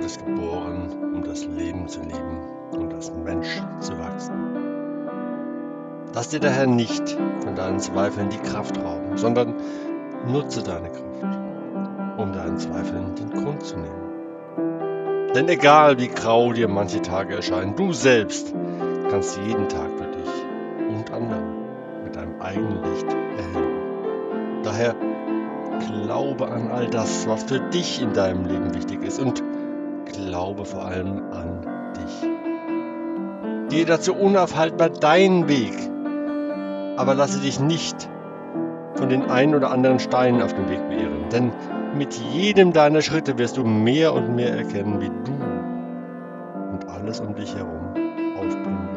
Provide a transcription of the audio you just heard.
wurdest geboren, um das Leben zu leben und als Mensch zu wachsen. Lass dir daher nicht von deinen Zweifeln die Kraft rauben, sondern nutze deine Kraft, um deinen Zweifeln den Grund zu nehmen. Denn egal wie grau dir manche Tage erscheinen, du selbst kannst jeden Tag für dich und andere mit deinem eigenen Licht erhellen. Daher glaube an all das, was für dich in deinem Leben wichtig ist, und glaube vor allem an dich. Gehe dazu unaufhaltbar deinen Weg, aber lasse dich nicht von den einen oder anderen Steinen auf dem Weg beirren, denn mit jedem deiner Schritte wirst du mehr und mehr erkennen, wie du und alles um dich herum aufblühen